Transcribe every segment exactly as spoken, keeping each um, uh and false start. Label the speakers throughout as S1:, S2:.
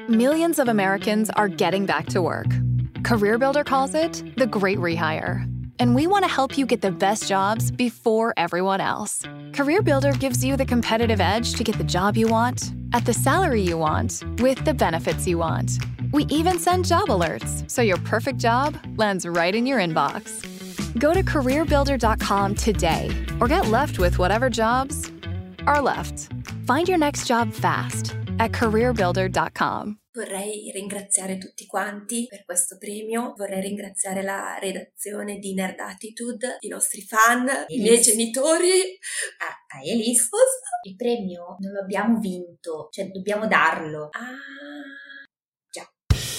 S1: Millions of Americans are getting back to work. CareerBuilder calls it the great rehire. And we want to help you get the best jobs before everyone else. CareerBuilder gives you the competitive edge to get the job you want, at the salary you want, with the benefits you want. We even send job alerts, so your perfect job lands right in your inbox. Go to career builder dot com today, or get left with whatever jobs are left. Find your next job fast at career builder dot com.
S2: Vorrei ringraziare tutti quanti per questo premio, vorrei ringraziare la redazione di Nerd Attitude, i nostri fan, Elise. I miei genitori,
S3: a, a Elise. Il premio non lo abbiamo vinto, cioè dobbiamo darlo.
S2: Ah, già.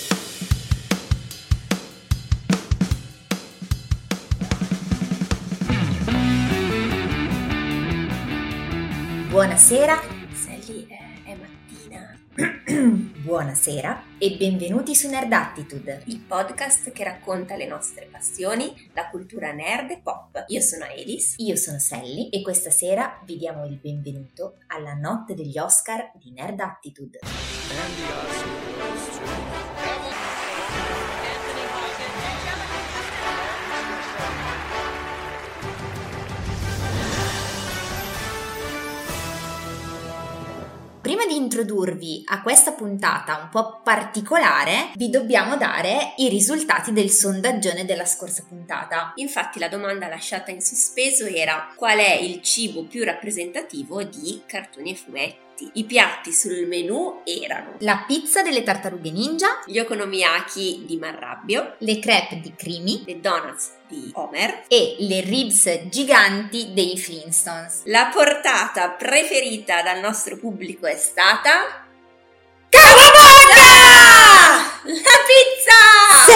S3: Buonasera.
S2: Sally, è, è mattina.
S3: Buonasera e benvenuti su Nerd Attitude,
S2: il podcast che racconta le nostre passioni, la cultura nerd e pop. Io sono Elise.
S3: Io sono Sally e questa sera vi diamo il benvenuto alla notte degli Oscar di Nerd Attitude. Prima di introdurvi a questa puntata un po' particolare, vi dobbiamo dare i risultati del sondaggione della scorsa puntata.
S2: Infatti la domanda lasciata in sospeso era: qual è il cibo più rappresentativo di cartoni e fumetti? I piatti sul menù erano
S3: la pizza delle tartarughe ninja,
S2: gli okonomiyaki di Marrabbio,
S3: le crepe di Crimi,
S2: le donuts di Homer
S3: e le ribs giganti dei Flintstones.
S2: La portata preferita dal nostro pubblico è stata
S3: Caramolla!
S2: La pizza!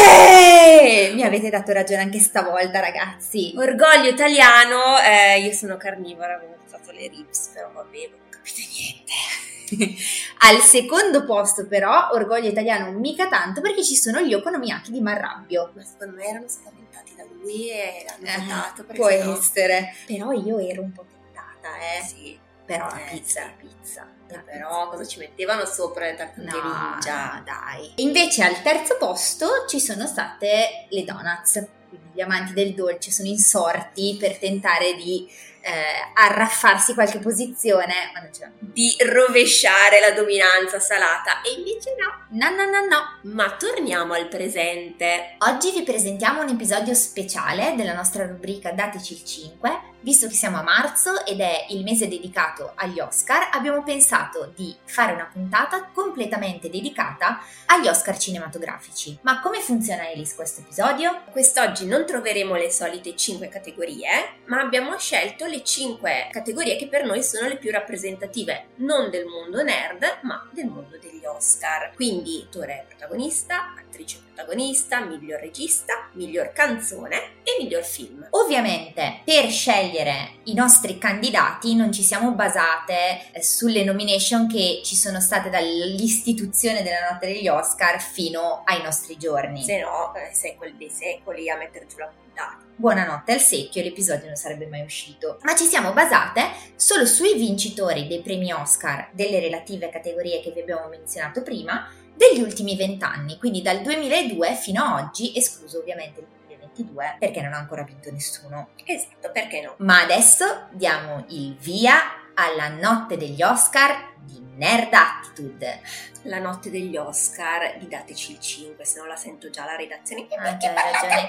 S3: Sì! Mi avete dato ragione anche stavolta, ragazzi.
S2: Orgoglio italiano, eh, io sono carnivora, avevo usato le ribs, però vabbè, non capite niente.
S3: Al secondo posto però, orgoglio italiano mica tanto, perché ci sono gli okonomiyaki di Marrabbio.
S2: Ma secondo me erano spaventati da lui e l'hanno
S3: eh,
S2: votato.
S3: Può
S2: no.
S3: essere. Però io ero un po' tentata, eh.
S2: Sì.
S3: Però
S2: eh,
S3: la pizza è
S2: sì.
S3: la pizza.
S2: Eh, però cosa ci mettevano sopra le tartarughe
S3: No,
S2: ninja?
S3: dai. Invece al terzo posto ci sono state le donuts. Quindi gli amanti del dolce sono insorti per tentare di eh, arraffarsi qualche posizione, ma non ce l'hanno.
S2: Di rovesciare la dominanza salata, e invece no.
S3: No, no, no, no.
S2: Ma torniamo al presente.
S3: Oggi vi presentiamo un episodio speciale della nostra rubrica Dateci il cinque. Visto che siamo a marzo ed è il mese dedicato agli Oscar, abbiamo pensato di fare una puntata completamente dedicata agli Oscar cinematografici. Ma come funziona, Elise, questo episodio?
S2: Quest'oggi non troveremo le solite cinque categorie, ma abbiamo scelto le cinque categorie che per noi sono le più rappresentative, non del mondo nerd, ma del mondo degli Oscar. Quindi attore protagonista, attrice protagonista, miglior regista, miglior canzone e miglior film.
S3: Ovviamente, per scegliere i nostri candidati non ci siamo basate eh, sulle nomination che ci sono state dall'istituzione della notte degli Oscar fino ai nostri giorni.
S2: Se no, eh, secoli dei secoli a mettere giù la puntata.
S3: Buonanotte al secchio, l'episodio non sarebbe mai uscito. Ma ci siamo basate solo sui vincitori dei premi Oscar delle relative categorie che vi abbiamo menzionato prima degli ultimi vent'anni, quindi dal duemiladue fino a oggi, escluso ovviamente il duemilaventidue perché non ha ancora vinto nessuno.
S2: Esatto, perché no?
S3: Ma adesso diamo il via alla notte degli Oscar di Nerd Attitude.
S2: La notte degli Oscar di Dateci il cinque, se non la sento già la redazione.
S3: Ah, già, ragione.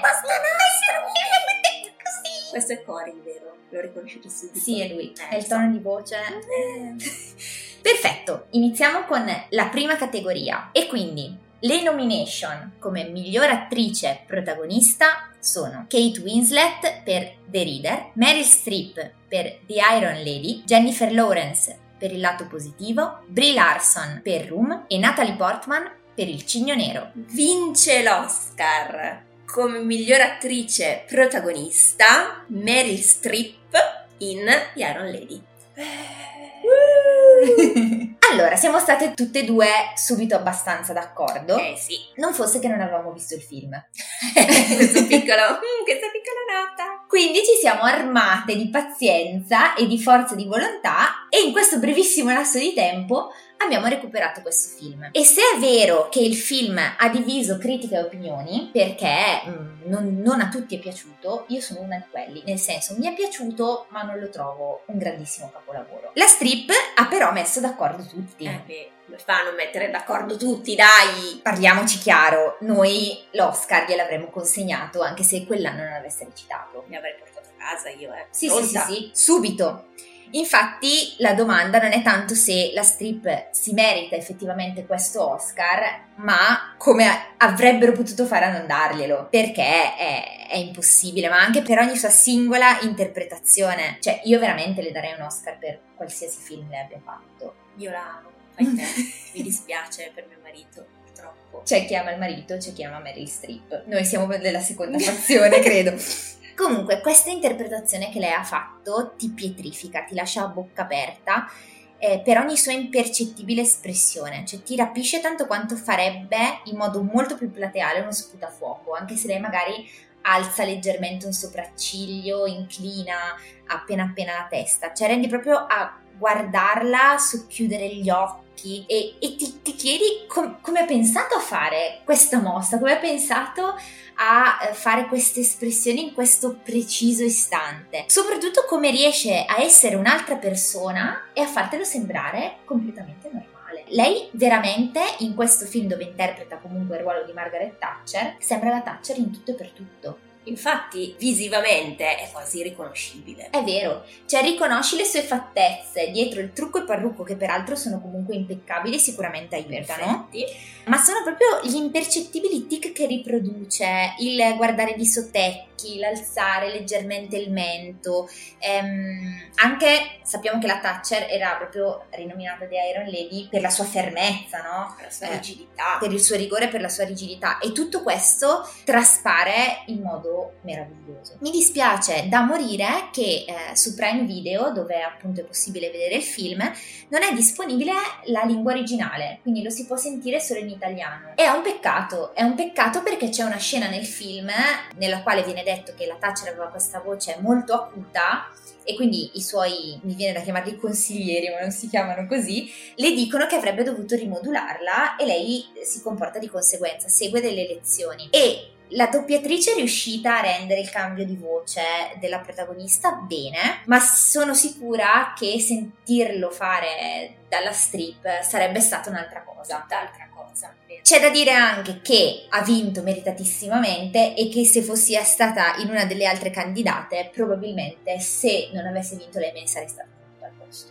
S2: Questo è Cory, vero? L'ho riconosciuto subito.
S3: Sì, è lui.
S2: Eh,
S3: è il tono di voce.
S2: Eh.
S3: Perfetto, iniziamo con la prima categoria. E quindi le nomination come miglior attrice protagonista sono Kate Winslet per The Reader, Meryl Streep per The Iron Lady, Jennifer Lawrence per Il lato positivo, Brie Larson per Room e Natalie Portman per Il cigno nero.
S2: Vince l'Oscar come miglior attrice protagonista Meryl Streep in The Iron Lady.
S3: Allora, siamo state tutte e due subito abbastanza d'accordo.
S2: Eh sì.
S3: Non fosse che non avevamo visto il film.
S2: Questo piccolo, mm, questa piccola nota.
S3: Quindi ci siamo armate di pazienza e di forza di volontà e in questo brevissimo lasso di tempo abbiamo recuperato questo film. E se è vero che il film ha diviso critica e opinioni, perché mh, non, non a tutti è piaciuto, io sono una di quelli, nel senso mi è piaciuto ma non lo trovo un grandissimo capolavoro. La Strip ha però messo d'accordo tutti.
S2: Eh beh, come fa a non mettere d'accordo tutti, dai!
S3: Parliamoci chiaro, noi l'Oscar gliel'avremmo consegnato anche se quell'anno non avesse recitato.
S2: Mi avrei portato a casa io, eh.
S3: Sì, sì, sì, sì, subito. Infatti la domanda non è tanto se la Strip si merita effettivamente questo Oscar, ma come avrebbero potuto fare a non darglielo, perché è, è impossibile, ma anche per ogni sua singola interpretazione. Cioè io veramente le darei un Oscar per qualsiasi film le abbia fatto.
S2: Io la amo, fai te. Mi dispiace per mio marito, purtroppo.
S3: C'è chi ama il marito, c'è chi ama Meryl Streep. Noi siamo della seconda fazione, credo. Comunque, questa interpretazione che lei ha fatto ti pietrifica, ti lascia a bocca aperta eh, per ogni sua impercettibile espressione, cioè ti rapisce tanto quanto farebbe in modo molto più plateale uno sputafuoco, anche se lei magari alza leggermente un sopracciglio, inclina appena appena la testa, cioè rendi proprio a guardarla socchiudere gli occhi e, e ti, ti chiedi com- come ha pensato a fare questa mossa, come ha pensato a fare queste espressioni in questo preciso istante, soprattutto come riesce a essere un'altra persona e a fartelo sembrare completamente normale. Lei veramente in questo film, dove interpreta comunque il ruolo di Margaret Thatcher, sembra la Thatcher in tutto e per tutto.
S2: Infatti visivamente è quasi irriconoscibile.
S3: È vero, cioè riconosci le sue fattezze dietro il trucco e parrucco, che peraltro sono comunque impeccabili, sicuramente aiutano.
S2: Perfetti.
S3: Ma sono proprio gli impercettibili tic che riproduce, il guardare di sottecchi, l'alzare leggermente il mento, ehm, anche sappiamo che la Thatcher era proprio rinominata The Iron Lady per la sua fermezza, no?
S2: Per la sua
S3: eh,
S2: rigidità.
S3: Per il suo rigore, per la sua rigidità, e tutto questo traspare in modo meraviglioso. Mi dispiace da morire che eh, su Prime Video, dove appunto è possibile vedere il film, non è disponibile la lingua originale, quindi lo si può sentire solo in italiano. È un peccato, è un peccato perché c'è una scena nel film nella quale viene detto che la Thatcher aveva questa voce molto acuta e quindi i suoi, mi viene da chiamarli consiglieri, ma non si chiamano così, le dicono che avrebbe dovuto rimodularla e lei si comporta di conseguenza, segue delle lezioni. E la doppiatrice è riuscita a rendere il cambio di voce della protagonista bene, ma sono sicura che sentirlo fare dalla Strip sarebbe stata un'altra cosa.
S2: Tutt'altra cosa.
S3: C'è da dire anche che ha vinto meritatisssimamente e che se fossi stata in una delle altre candidate, probabilmente se non avesse vinto lei me ne sarei stata venuta al posto.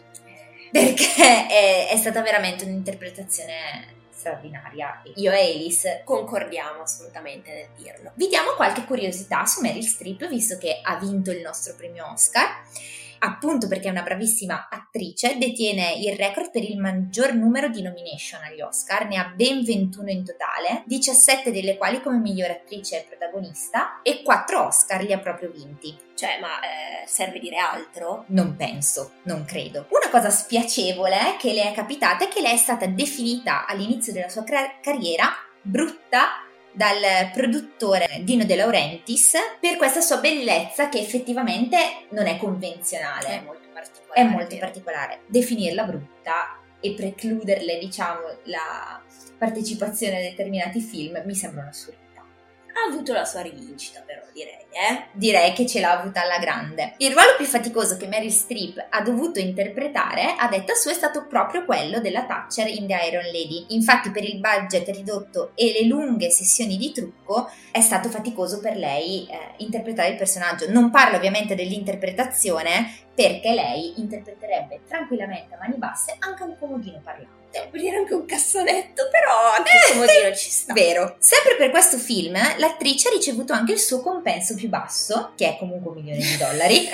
S3: Perché è, è stata veramente un'interpretazione straordinaria. Io e Alice
S2: concordiamo assolutamente nel dirlo.
S3: Vi diamo qualche curiosità su Meryl Streep, visto che ha vinto il nostro premio Oscar. Appunto perché è una bravissima attrice, detiene il record per il maggior numero di nomination agli Oscar, ne ha ben ventuno in totale, diciassette delle quali come miglior attrice e protagonista, e quattro Oscar li ha proprio vinti.
S2: Cioè, ma eh, serve dire altro?
S3: Non penso, non credo. Una cosa spiacevole che le è capitata è che lei è stata definita all'inizio della sua car- carriera brutta dal produttore Dino De Laurentiis per questa sua bellezza che effettivamente non è convenzionale.
S2: È molto particolare.
S3: È molto particolare. Definirla brutta e precluderle, diciamo, la partecipazione a determinati film mi sembra un'assurdità.
S2: Ha avuto la sua rivincita, però, direi, eh?
S3: Direi che ce l'ha avuta alla grande. Il ruolo più faticoso che Meryl Streep ha dovuto interpretare, a detta sua, è stato proprio quello della Thatcher in The Iron Lady. Infatti, per il budget ridotto e le lunghe sessioni di trucco, è stato faticoso per lei eh, interpretare il personaggio. Non parlo ovviamente dell'interpretazione, perché lei interpreterebbe tranquillamente a mani basse anche un comodino parlante.
S2: Devo dire anche un cassonetto, però anche il comodino ci sta.
S3: Vero. Sempre per questo film, l'attrice ha ricevuto anche il suo compenso più basso, che è comunque un milione di dollari.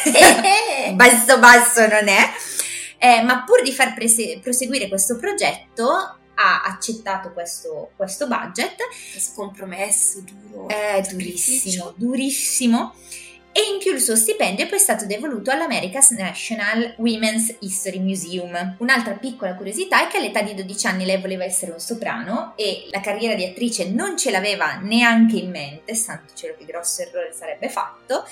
S3: basso basso non è. Eh, ma pur di far prese- proseguire questo progetto, ha accettato questo, questo budget.
S2: Questo compromesso duro.
S3: È durissimo, durissimo. E in più il suo stipendio è poi stato devoluto all'America's National Women's History Museum. Un'altra piccola curiosità è che all'età di dodici anni lei voleva essere un soprano e la carriera di attrice non ce l'aveva neanche in mente, santo cielo che grosso errore sarebbe fatto.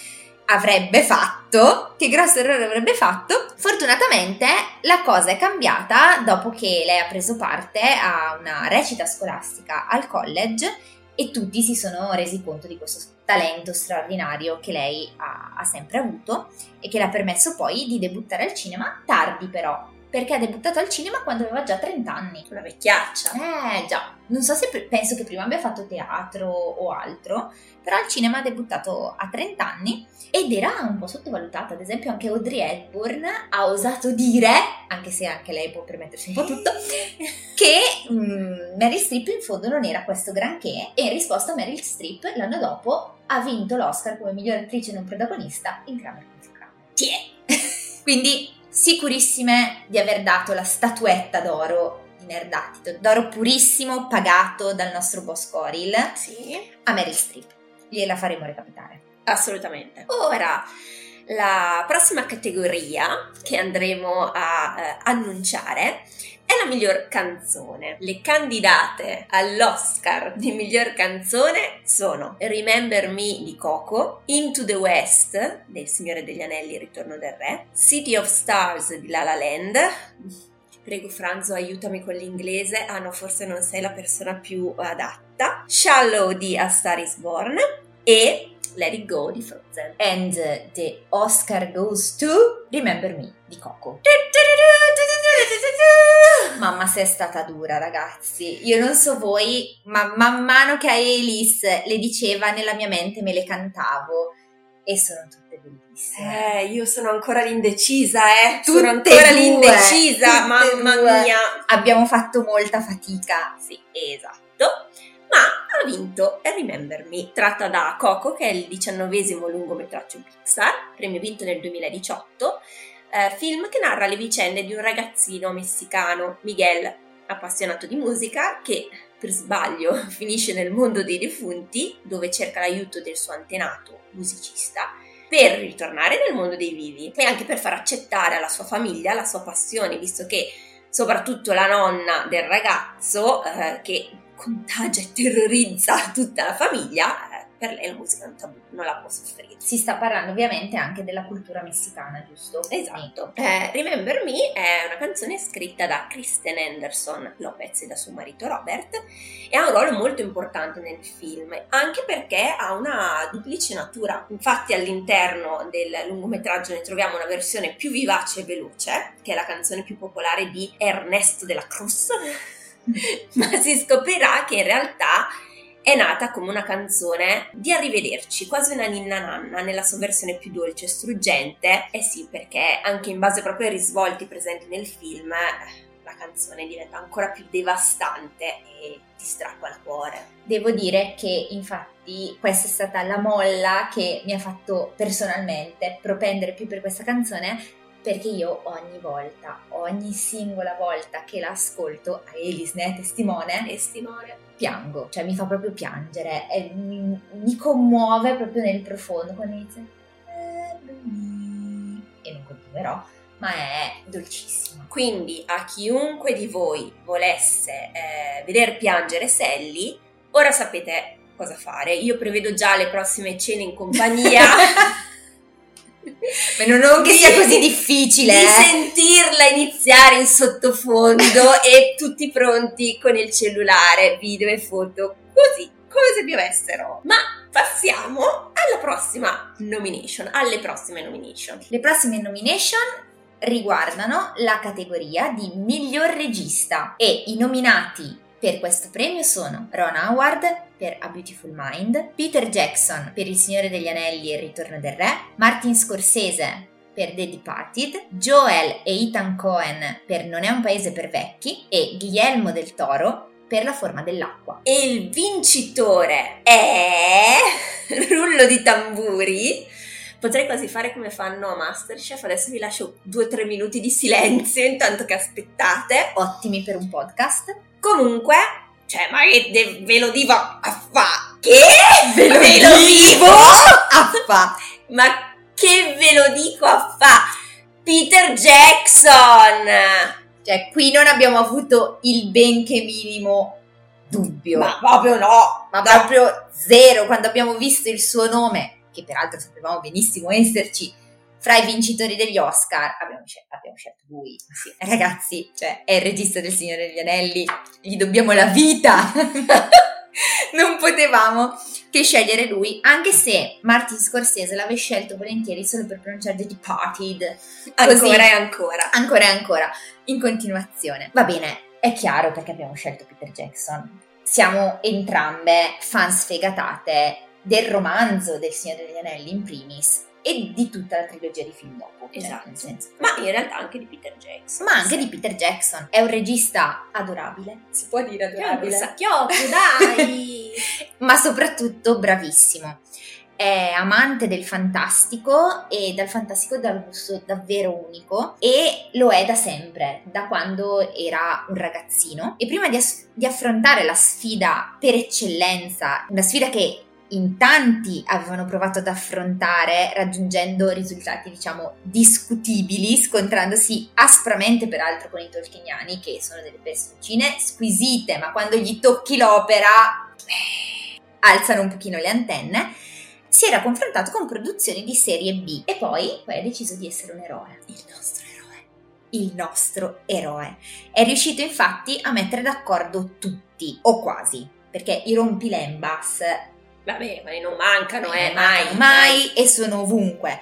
S3: avrebbe fatto, che grosso errore avrebbe fatto. Fortunatamente la cosa è cambiata dopo che lei ha preso parte a una recita scolastica al college e tutti si sono resi conto di questo talento straordinario che lei ha, ha sempre avuto e che le ha permesso poi di debuttare al cinema, tardi però, perché ha debuttato al cinema quando aveva già trenta anni.
S2: Una vecchiaccia.
S3: Eh già, non so se penso che prima abbia fatto teatro o altro, però al cinema ha debuttato a trenta anni ed era un po' sottovalutata. Ad esempio anche Audrey Hepburn ha osato dire, anche se anche lei può permettersi un po' tutto, che mm, Meryl Streep in fondo non era questo granché, e in risposta Meryl Streep l'anno dopo ha vinto l'Oscar come miglior attrice non protagonista in Kramer contro Kramer.
S2: Tiè!
S3: Quindi sicurissime di aver dato la statuetta d'oro di Nerdattitude, d'oro purissimo pagato dal nostro boss Coril,
S2: sì,
S3: a Meryl Streep. Gliela faremo recapitare.
S2: Assolutamente. Ora, la prossima categoria che andremo a eh, annunciare è la miglior canzone. Le candidate all'Oscar di miglior canzone sono Remember Me di Coco, Into the West del Signore degli Anelli, Ritorno del Re, City of Stars di La La Land. Prego Franzo, aiutami con l'inglese. Ah no, forse non sei la persona più adatta. Shallow di A Star Is Born e Let It Go di Frozen.
S3: And the Oscar goes to Remember Me di Coco. Mamma, sei stata dura, ragazzi. Io non so voi, ma man mano che a Elise le diceva, nella mia mente me le cantavo e sono tutte bellissime.
S2: Eh, io sono ancora l'indecisa, eh.
S3: Tutte
S2: sono ancora
S3: due,
S2: l'indecisa,
S3: tutte
S2: mamma
S3: due.
S2: mia.
S3: Abbiamo fatto molta fatica.
S2: Sì, esatto. Ma ha vinto Remember Me, tratta da Coco, che è il diciannovesimo lungometraggio Pixar, premio vinto nel duemiladiciotto, eh, film che narra le vicende di un ragazzino messicano, Miguel, appassionato di musica, che per sbaglio finisce nel mondo dei defunti, dove cerca l'aiuto del suo antenato musicista, per ritornare nel mondo dei vivi e anche per far accettare alla sua famiglia la sua passione, visto che soprattutto la nonna del ragazzo, eh, che contagia e terrorizza tutta la famiglia, eh, per lei la musica è un tabù, non la può soffrire.
S3: Si sta parlando ovviamente anche della cultura messicana, giusto?
S2: Esatto. Eh, Remember Me è una canzone scritta da Kristen Anderson Lopez e da suo marito Robert e ha un ruolo molto importante nel film, anche perché ha una duplice natura. Infatti all'interno del lungometraggio ne troviamo una versione più vivace e veloce, che è la canzone più popolare di Ernesto de la Cruz, ma si scoprirà che in realtà è nata come una canzone di arrivederci, quasi una ninna nanna nella sua versione più dolce e struggente. Eh sì, perché anche in base proprio ai risvolti presenti nel film la canzone diventa ancora più devastante e ti strappa il cuore.
S3: Devo dire che infatti questa è stata la molla che mi ha fatto personalmente propendere più per questa canzone, perché io ogni volta, ogni singola volta che la ascolto, a Elise ne è testimone,
S2: testimone,
S3: piango, cioè mi fa proprio piangere, e mi, mi commuove proprio nel profondo quando inizia e non continuerò, ma è dolcissima.
S2: Quindi a chiunque di voi volesse eh, veder piangere Sally, ora sapete cosa fare. Io prevedo già le prossime cene in compagnia.
S3: Ma non, non che sia così difficile,
S2: di
S3: eh?
S2: sentirla iniziare in sottofondo e tutti pronti con il cellulare, video e foto, così, come se piovessero. Ma passiamo alla prossima nomination, alle prossime nomination.
S3: Le prossime nomination riguardano la categoria di miglior regista e i nominati per questo premio sono Ron Howard per A Beautiful Mind, Peter Jackson per Il Signore degli Anelli e Il Ritorno del Re, Martin Scorsese per The Departed, Joel e Ethan Coen per Non è un paese per vecchi e Guillermo del Toro per La forma dell'acqua.
S2: E il vincitore è... rullo di tamburi. Potrei quasi fare come fanno a MasterChef, adesso vi lascio due o tre minuti di silenzio intanto che aspettate.
S3: Ottimi per un podcast.
S2: Comunque, cioè, ma che ve lo dico a fa? Che?
S3: Ve lo,
S2: ve lo dico
S3: a fa?
S2: Ma che ve lo dico a fa? Peter Jackson!
S3: Cioè, qui non abbiamo avuto il benché minimo dubbio.
S2: Ma proprio no!
S3: Ma no. Proprio zero, quando abbiamo visto il suo nome che peraltro sapevamo benissimo esserci fra i vincitori degli Oscar, abbiamo, scel- abbiamo scelto lui. Sì. Ragazzi, cioè, è il regista del Signore degli Anelli, gli dobbiamo la vita. Non potevamo che scegliere lui, anche se Martin Scorsese l'aveva scelto volentieri solo per pronunciare The Departed.
S2: Ancora
S3: così,
S2: e ancora.
S3: Ancora e ancora, in continuazione. Va bene, è chiaro perché abbiamo scelto Peter Jackson. Siamo entrambe fan sfegatate del romanzo del Signore degli Anelli in primis e di tutta la trilogia di film dopo.
S2: Esatto.
S3: Cioè, nel senso,
S2: ma in realtà anche di Peter Jackson.
S3: Ma anche sì. di Peter Jackson. È un regista adorabile. Si può dire adorabile?
S2: Sacchiotto, dai!
S3: Ma soprattutto bravissimo. È amante del fantastico e dal fantastico dal gusto davvero unico e lo è da sempre, da quando era un ragazzino. E prima di, as- di affrontare la sfida per eccellenza, una sfida che in tanti avevano provato ad affrontare raggiungendo risultati diciamo discutibili, scontrandosi aspramente peraltro con i tolkieniani, che sono delle personcine squisite, ma quando gli tocchi l'opera eh, alzano un pochino le antenne. Si era confrontato con produzioni di serie B e poi, poi ha deciso di essere un eroe. Il nostro eroe. Il nostro eroe. È riuscito infatti a mettere d'accordo tutti, o quasi, perché i rompilembas
S2: vabbè, ma non mancano, eh,
S3: non mai, mancano mai e sono ovunque.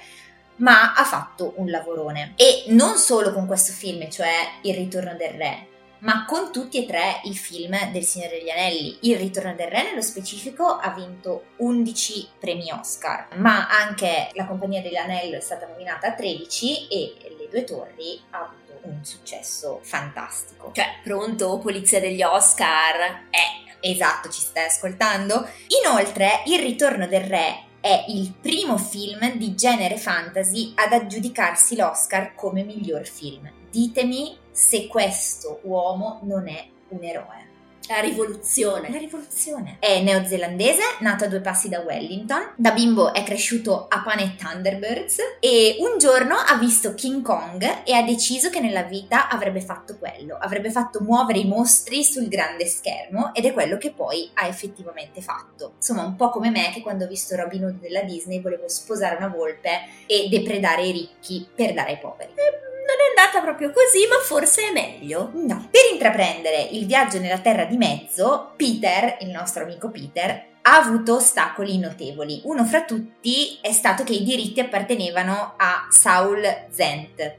S3: Ma ha fatto un lavorone. E non solo con questo film, cioè Il Ritorno del Re, ma con tutti e tre i film del Signore degli Anelli. Il Ritorno del Re nello specifico ha vinto undici premi Oscar, ma anche La Compagnia dell'Anello è stata nominata a tredici e Le Due Torri ha avuto un successo fantastico.
S2: Cioè, pronto, polizia degli Oscar? Eh.
S3: Esatto, ci stai ascoltando? Inoltre, Il Ritorno del Re è il primo film di genere fantasy ad aggiudicarsi l'Oscar come miglior film. Ditemi se questo uomo non è un eroe.
S2: La rivoluzione.
S3: La rivoluzione. È neozelandese, nato a due passi da Wellington. Da bimbo è cresciuto a pane e Thunderbirds e un giorno ha visto King Kong e ha deciso che nella vita avrebbe fatto quello. Avrebbe fatto muovere i mostri sul grande schermo ed è quello che poi ha effettivamente fatto. Insomma, un po' come me che quando ho visto Robin Hood della Disney volevo sposare una volpe e depredare i ricchi per dare ai poveri.
S2: Non è andata proprio così, ma forse è meglio.
S3: No. Per intraprendere il viaggio nella terra di mezzo, Peter, il nostro amico Peter, ha avuto ostacoli notevoli. Uno fra tutti è stato che i diritti appartenevano a Saul Zent.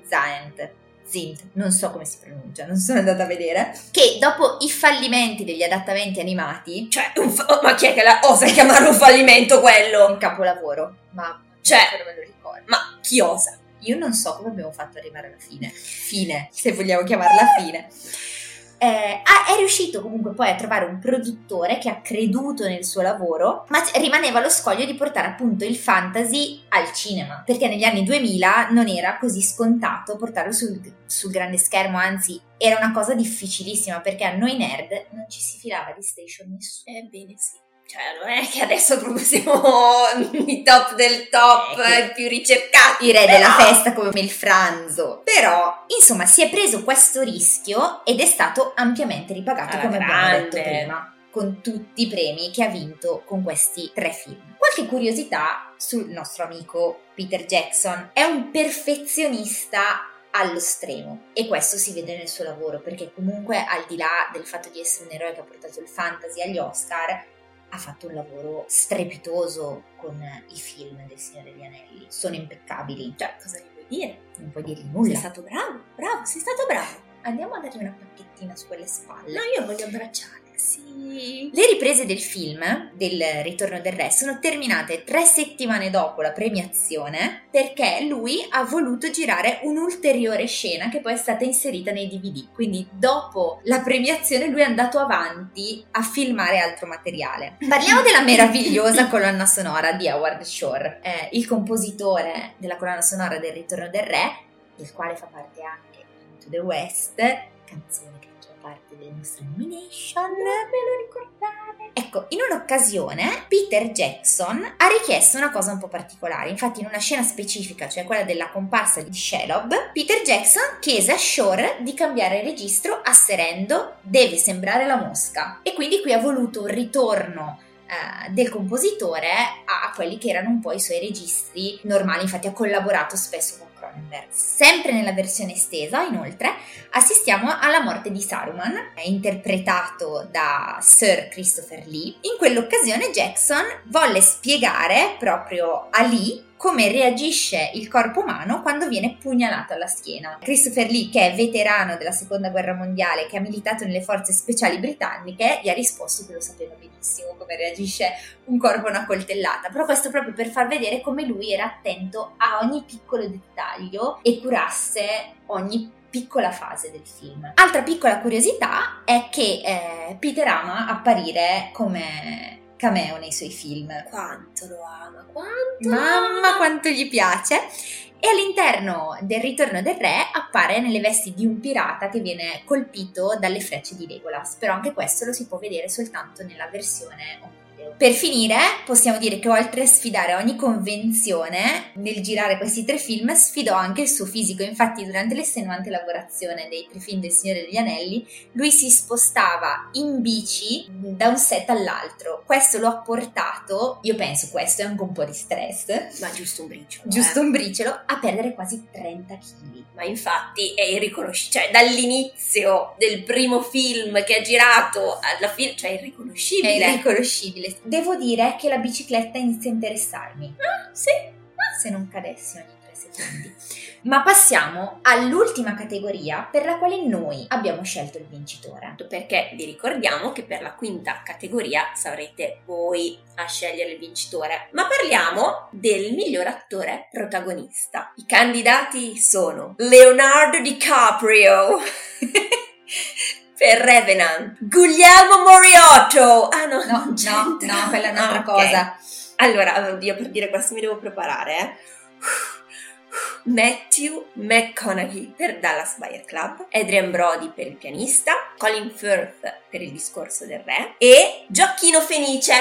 S3: Zent. Zint, non so come si pronuncia, non sono andata a vedere, che dopo i fallimenti degli adattamenti animati,
S2: cioè, un fa- ma chi è che la osa chiamare un fallimento quello?
S3: Un capolavoro, ma
S2: cioè,
S3: non me lo ricordo.
S2: Ma chi osa?
S3: Io non so come abbiamo fatto ad arrivare alla fine. Fine, se vogliamo chiamarla fine. Eh, è riuscito comunque poi a trovare un produttore che ha creduto nel suo lavoro, ma rimaneva lo scoglio di portare appunto il fantasy al cinema, perché negli anni duemila non era così scontato portarlo sul, sul grande schermo, anzi era una cosa difficilissima, perché a noi nerd non ci si filava di Station nessuno.
S2: Ebbene sì. Cioè, non è che adesso proprio siamo i top del top, eh, i più ricercati.
S3: I re
S2: però...
S3: della festa come il franzo. Però, insomma, si è preso questo rischio ed è stato ampiamente ripagato,
S2: ah,
S3: come
S2: grande.
S3: abbiamo detto prima, con tutti i premi che ha vinto con questi tre film. Qualche curiosità sul nostro amico Peter Jackson. È un perfezionista allo stremo e questo si vede nel suo lavoro, perché comunque al di là del fatto di essere un eroe che ha portato il fantasy agli Oscar, ha fatto un lavoro strepitoso con i film del Signore degli Anelli. Sono impeccabili.
S2: Cioè, cosa gli vuoi dire?
S3: Non puoi dirgli nulla.
S2: Sei stato bravo, bravo, sei stato bravo.
S3: Andiamo a dargli una pacchettina su quelle spalle.
S2: No, io voglio abbracciare. Sì.
S3: Le riprese del film, del Ritorno del Re, sono terminate tre settimane dopo la premiazione perché lui ha voluto girare un'ulteriore scena che poi è stata inserita nei D V D. Quindi dopo la premiazione lui è andato avanti a filmare altro materiale. Parliamo della meravigliosa colonna sonora di Howard Shore, eh, il compositore della colonna sonora del Ritorno del Re, del quale fa parte anche Into the West, canzone che parte delle nostre nomination. Non me lo ricordare. Ecco, in un'occasione Peter Jackson ha richiesto una cosa un po' particolare. Infatti in una scena specifica, cioè quella della comparsa di Shelob, Peter Jackson chiese a Shore di cambiare registro asserendo deve sembrare la mosca, e quindi qui ha voluto un ritorno eh, del compositore a quelli che erano un po' i suoi registri normali, infatti ha collaborato spesso con Cronenberg. Sempre nella versione estesa, inoltre, assistiamo alla morte di Saruman, interpretato da Sir Christopher Lee. In quell'occasione Jackson volle spiegare proprio a Lee come reagisce il corpo umano quando viene pugnalato alla schiena. Christopher Lee, che è veterano della seconda guerra mondiale, che ha militato nelle forze speciali britanniche, gli ha risposto che lo sapeva benissimo come reagisce un corpo a una coltellata, però questo proprio per far vedere come lui era attento a ogni piccolo dettaglio e curasse ogni piccola fase del film. Altra piccola curiosità è che eh, Peter ama apparire come cameo nei suoi film.
S2: Quanto lo ama, quanto
S3: Mamma
S2: ama.
S3: quanto gli piace. E all'interno del Ritorno del Re appare nelle vesti di un pirata che viene colpito dalle frecce di Legolas, però anche questo lo si può vedere soltanto nella versione on video. Per finire possiamo dire che oltre a sfidare ogni convenzione nel girare questi tre film, sfidò anche il suo fisico. Infatti durante l'estenuante lavorazione dei tre film del Signore degli Anelli lui si spostava in bici da un set all'altro. Questo lo ha portato, io penso questo è anche un po' di stress,
S2: Ma giusto un briciolo.
S3: giusto
S2: eh.
S3: un briciolo, a perdere quasi trenta chili.
S2: Ma infatti è irriconoscibile, cioè dall'inizio del primo film che ha girato alla fine, cioè è
S3: È
S2: irriconoscibile.
S3: irriconoscibile. Devo dire che la bicicletta inizia a interessarmi,
S2: Ah, sì.
S3: se non cadessi ogni tre secondi. Ma passiamo all'ultima categoria per la quale noi abbiamo scelto il vincitore.
S2: Perché vi ricordiamo che per la quinta categoria sarete voi a scegliere il vincitore, ma parliamo del miglior attore protagonista. I candidati sono Leonardo DiCaprio per Revenant, Guglielmo Moriotto, ah no,
S3: No,
S2: non
S3: no,
S2: c'entra.
S3: no, quella è un'altra
S2: Ah, ok.
S3: cosa.
S2: Allora, oddio, per dire questo mi devo preparare, eh. Matthew McConaughey per Dallas Buyer Club, Adrian Brody per Il pianista, Colin Firth per Il discorso del re e Gioacchino Fenice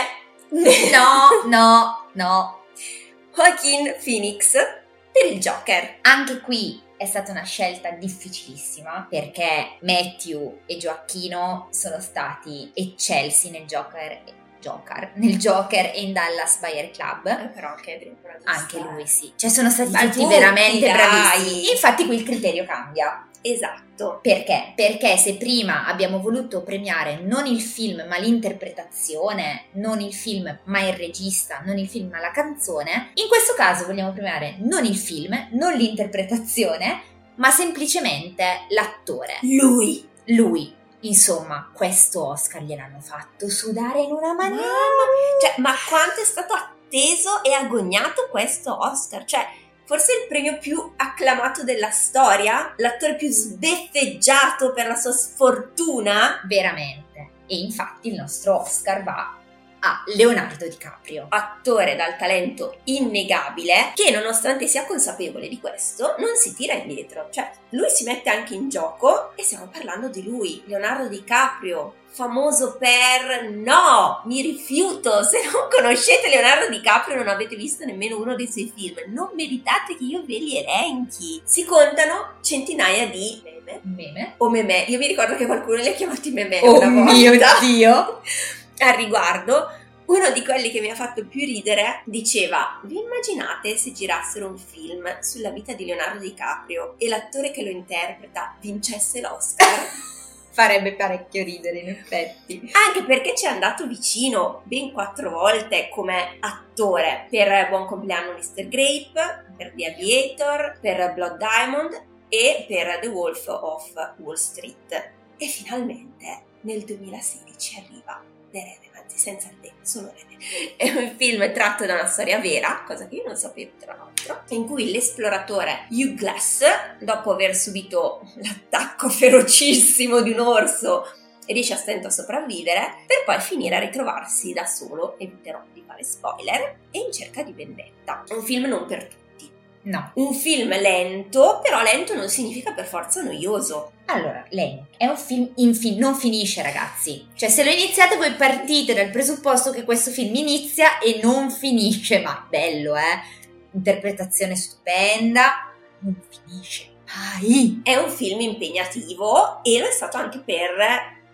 S3: No, no, no.
S2: Joaquin Phoenix per il Joker.
S3: Anche qui è stata una scelta difficilissima perché Matthew e Gioacchino sono stati eccelsi nel Joker, Joker, nel Joker e in Dallas Buyer Club.
S2: Eh, però anche Adrian Brody.
S3: Anche lui sì, cioè sono stati
S2: Ma
S3: tutti
S2: tutti,
S3: veramente
S2: dai.
S3: bravissimi. Infatti qui il criterio cambia.
S2: Esatto.
S3: Perché? Perché se prima abbiamo voluto premiare non il film ma l'interpretazione, non il film ma il regista, non il film ma la canzone, in questo caso vogliamo premiare non il film, non l'interpretazione, ma semplicemente l'attore.
S2: Lui.
S3: Lui. Insomma, questo Oscar gliel'hanno fatto sudare in una maniera.
S2: Cioè, ma quanto è stato atteso e agognato questo Oscar? Cioè, forse il premio più acclamato della storia, l'attore più sbeffeggiato per la sua sfortuna,
S3: Veramente. E infatti il nostro Oscar va a Leonardo DiCaprio.
S2: attore dal talento innegabile, che nonostante sia consapevole di questo, non si tira indietro. Cioè, lui si mette anche in gioco e stiamo parlando di lui, Leonardo DiCaprio, famoso per no, mi rifiuto, se non conoscete Leonardo DiCaprio non avete visto nemmeno uno dei suoi film, non meritate che io ve li elenchi. Si contano centinaia di meme
S3: Meme.
S2: o meme, io mi ricordo che qualcuno li ha chiamati meme
S3: Oh
S2: una volta.
S3: mio Dio!
S2: Al riguardo, uno di quelli che mi ha fatto più ridere diceva: vi immaginate se girassero un film sulla vita di Leonardo DiCaprio e l'attore che lo interpreta vincesse l'Oscar?
S3: Farebbe parecchio ridere in effetti.
S2: Anche perché ci è andato vicino ben quattro volte come attore per Buon compleanno mister Grape, per The Aviator, per Blood Diamond e per The Wolf of Wall Street. E finalmente nel duemilasedici arriva The Revenant, senza il te, solo Revenant. È un film tratto da una storia vera, cosa che io non sapevo tra l'altro, in cui l'esploratore Hugh Glass, dopo aver subito l'attacco ferocissimo di un orso, riesce a stento a sopravvivere, per poi finire a ritrovarsi da solo, eviterò di fare spoiler, e in cerca di vendetta. Un film non per tutti.
S3: No.
S2: Un film lento, però lento non significa per forza noioso.
S3: Allora, lei è un film, in fin- non finisce ragazzi. Cioè se lo iniziate voi partite dal presupposto che questo film inizia e non finisce, ma bello eh, interpretazione stupenda, non finisce mai.
S2: È un film impegnativo e lo è stato anche per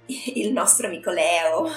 S2: il nostro amico Leo,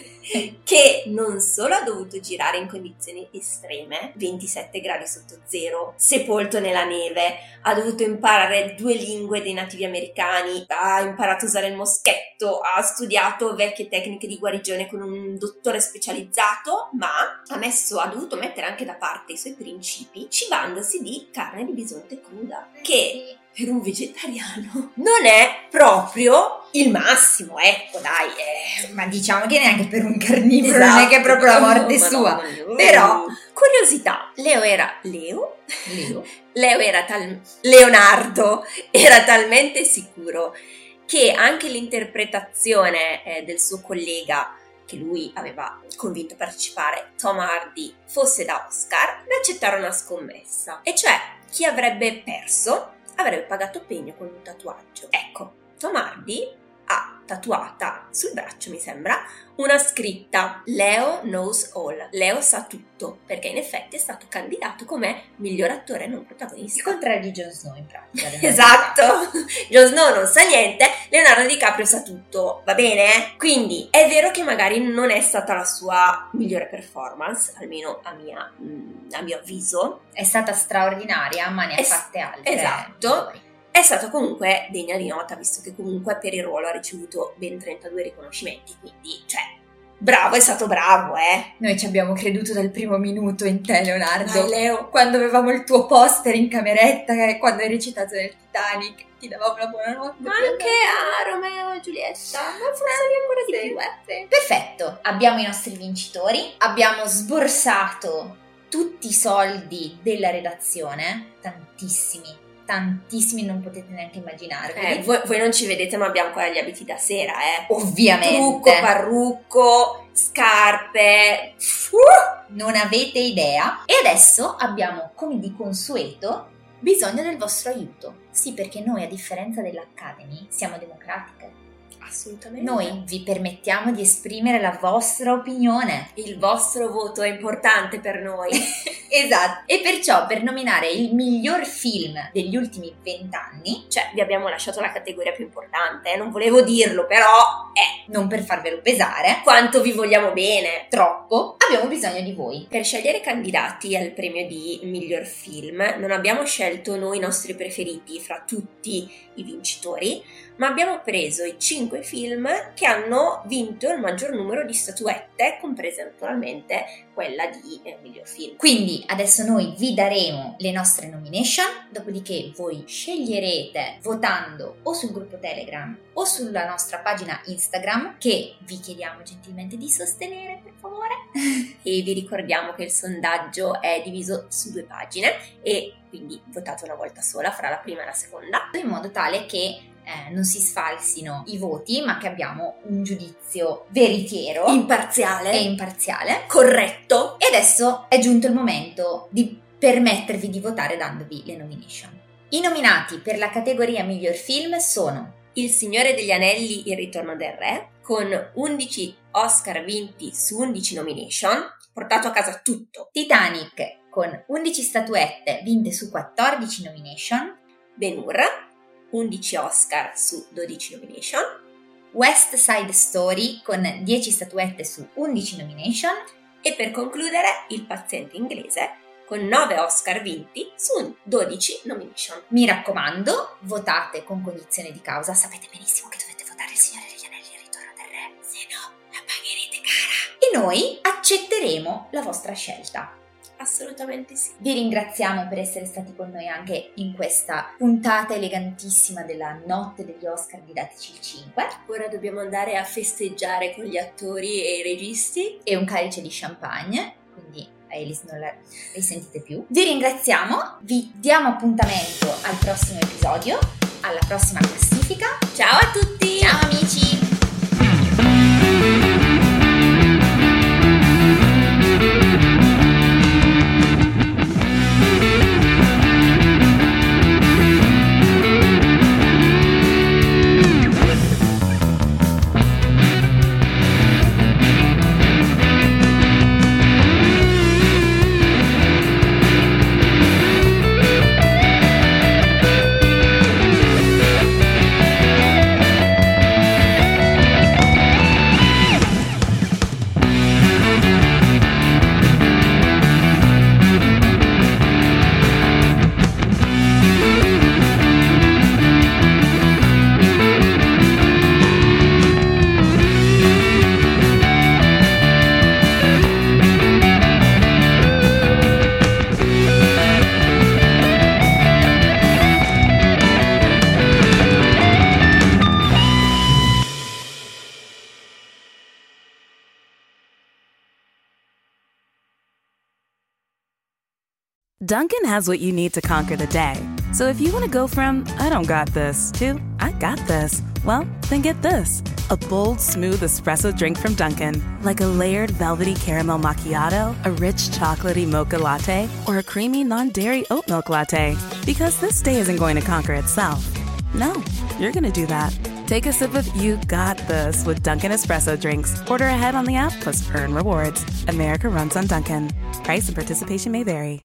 S2: che non solo ha dovuto girare in condizioni estreme, ventisette gradi sotto zero, sepolto nella neve, ha dovuto imparare due lingue dei nativi americani, ha imparato a usare il moschetto, ha studiato vecchie tecniche di guarigione con un dottore specializzato, ma ha messo, ha dovuto mettere anche da parte i suoi principi, cibandosi di carne di bisonte cruda, che per un vegetariano non è proprio il massimo, ecco dai. Eh.
S3: Ma diciamo che neanche per un carnivoro,
S2: Esatto.
S3: non è che è proprio la morte
S2: Oh,
S3: sua.
S2: Madonna.
S3: Però,
S2: curiosità, Leo era Leo,
S3: Leo,
S2: Leo era tal, Leonardo era talmente sicuro che anche l'interpretazione eh, del suo collega, che lui aveva convinto a partecipare, Tom Hardy, fosse da Oscar, ne accettarono una scommessa, e cioè chi avrebbe perso avrebbe pagato pegno con un tatuaggio. Ecco, Tom Hardy ha tatuata sul braccio, mi sembra, una scritta Leo knows all, Leo sa tutto, perché in effetti è stato candidato come miglior attore non protagonista.
S3: il contrario di Jon Snow in pratica.
S2: Esatto, Jon Snow non sa niente, Leonardo DiCaprio sa tutto, va bene? Quindi è vero che magari non è stata la sua migliore performance, almeno a, mia, a mio avviso.
S3: È stata straordinaria, ma ne ha
S2: Es-
S3: fatte altre.
S2: esatto. È stata comunque degna di nota, visto che comunque per il ruolo ha ricevuto ben trentadue riconoscimenti, quindi, cioè, bravo, è stato bravo, eh!
S3: Noi ci abbiamo creduto dal primo minuto in te, Leonardo.
S2: Dai, Leo.
S3: Quando avevamo il tuo poster in cameretta, che quando hai recitato nel Titanic, ti davamo la buonanotte.
S2: Ma anche a Romeo e Giulietta, ma forse ancora di più, eh!
S3: Perfetto, abbiamo i nostri vincitori, abbiamo sborsato tutti i soldi della redazione, tantissimi, tantissimi, non potete neanche immaginarvi.
S2: Eh, voi, voi non ci vedete, ma abbiamo ancora gli abiti da sera, eh!
S3: Ovviamente.
S2: Trucco, parrucco, scarpe. Uh!
S3: Non avete idea. E adesso abbiamo, come di consueto, bisogno del vostro aiuto. Sì, perché noi, a differenza dell'Academy, siamo democratiche.
S2: Assolutamente.
S3: Noi vi permettiamo di esprimere la vostra opinione.
S2: Il vostro voto è importante per noi.
S3: Esatto. E perciò, per nominare il miglior film degli ultimi vent'anni,
S2: Cioè, vi abbiamo lasciato la categoria più importante, eh? Non volevo dirlo, però, eh,
S3: non per farvelo pesare
S2: quanto vi vogliamo bene.
S3: troppo, abbiamo bisogno di voi.
S2: Per scegliere i candidati al premio di miglior film non abbiamo scelto noi i nostri preferiti fra tutti i vincitori, ma abbiamo preso i cinque film che hanno vinto il maggior numero di statuette, comprese naturalmente quella di eh, miglior film.
S3: Quindi adesso noi vi daremo le nostre nomination, dopodiché voi sceglierete votando o sul gruppo Telegram o sulla nostra pagina Instagram, che vi chiediamo gentilmente di sostenere, per favore.
S2: E vi ricordiamo che il sondaggio è diviso su due pagine e quindi votate una volta sola fra la prima e la seconda,
S3: In modo tale che eh, non si sfalsino i voti, ma che abbiamo un giudizio veritiero
S2: imparziale
S3: e imparziale.
S2: corretto.
S3: E adesso è giunto il momento di permettervi di votare dandovi le nomination. I nominati per la categoria miglior film sono
S2: Il Signore degli Anelli, Il Ritorno del Re, con undici Oscar vinti su undici nomination, portato a casa tutto.
S3: Titanic, con undici statuette vinte su quattordici nomination,
S2: Ben-Hur, undici Oscar su dodici nomination,
S3: West Side Story, con dieci statuette su undici nomination,
S2: e per concludere Il Paziente Inglese, con nove Oscar vinti su dodici nomination.
S3: Mi raccomando, votate con cognizione di causa, sapete benissimo che dovete votare Il Signore degli Anelli e Il Ritorno del Re, se no la pagherete cara. E noi accetteremo la vostra scelta.
S2: Assolutamente sì.
S3: Vi ringraziamo per essere stati con noi anche in questa puntata elegantissima della notte degli Oscar di Dateci il cinque.
S2: Ora dobbiamo andare a festeggiare con gli attori e i registi.
S3: E un calice di champagne, quindi a Elis non la risentite più. Vi ringraziamo, vi diamo appuntamento al prossimo episodio, alla prossima classifica.
S2: Ciao a tutti!
S3: Ciao amici!
S4: Dunkin' has what you need to conquer the day. So if you want to go from, I don't got this, to, I got this, well, then get this. A bold, smooth espresso drink from Dunkin'. Like a layered velvety caramel macchiato, a rich chocolatey mocha latte, or a creamy non-dairy oat milk latte. Because this day isn't going to conquer itself. No, you're going to do that. Take a sip of You Got This with Dunkin' Espresso drinks. Order ahead on the app plus earn rewards. America runs on Dunkin'. Price and participation may vary.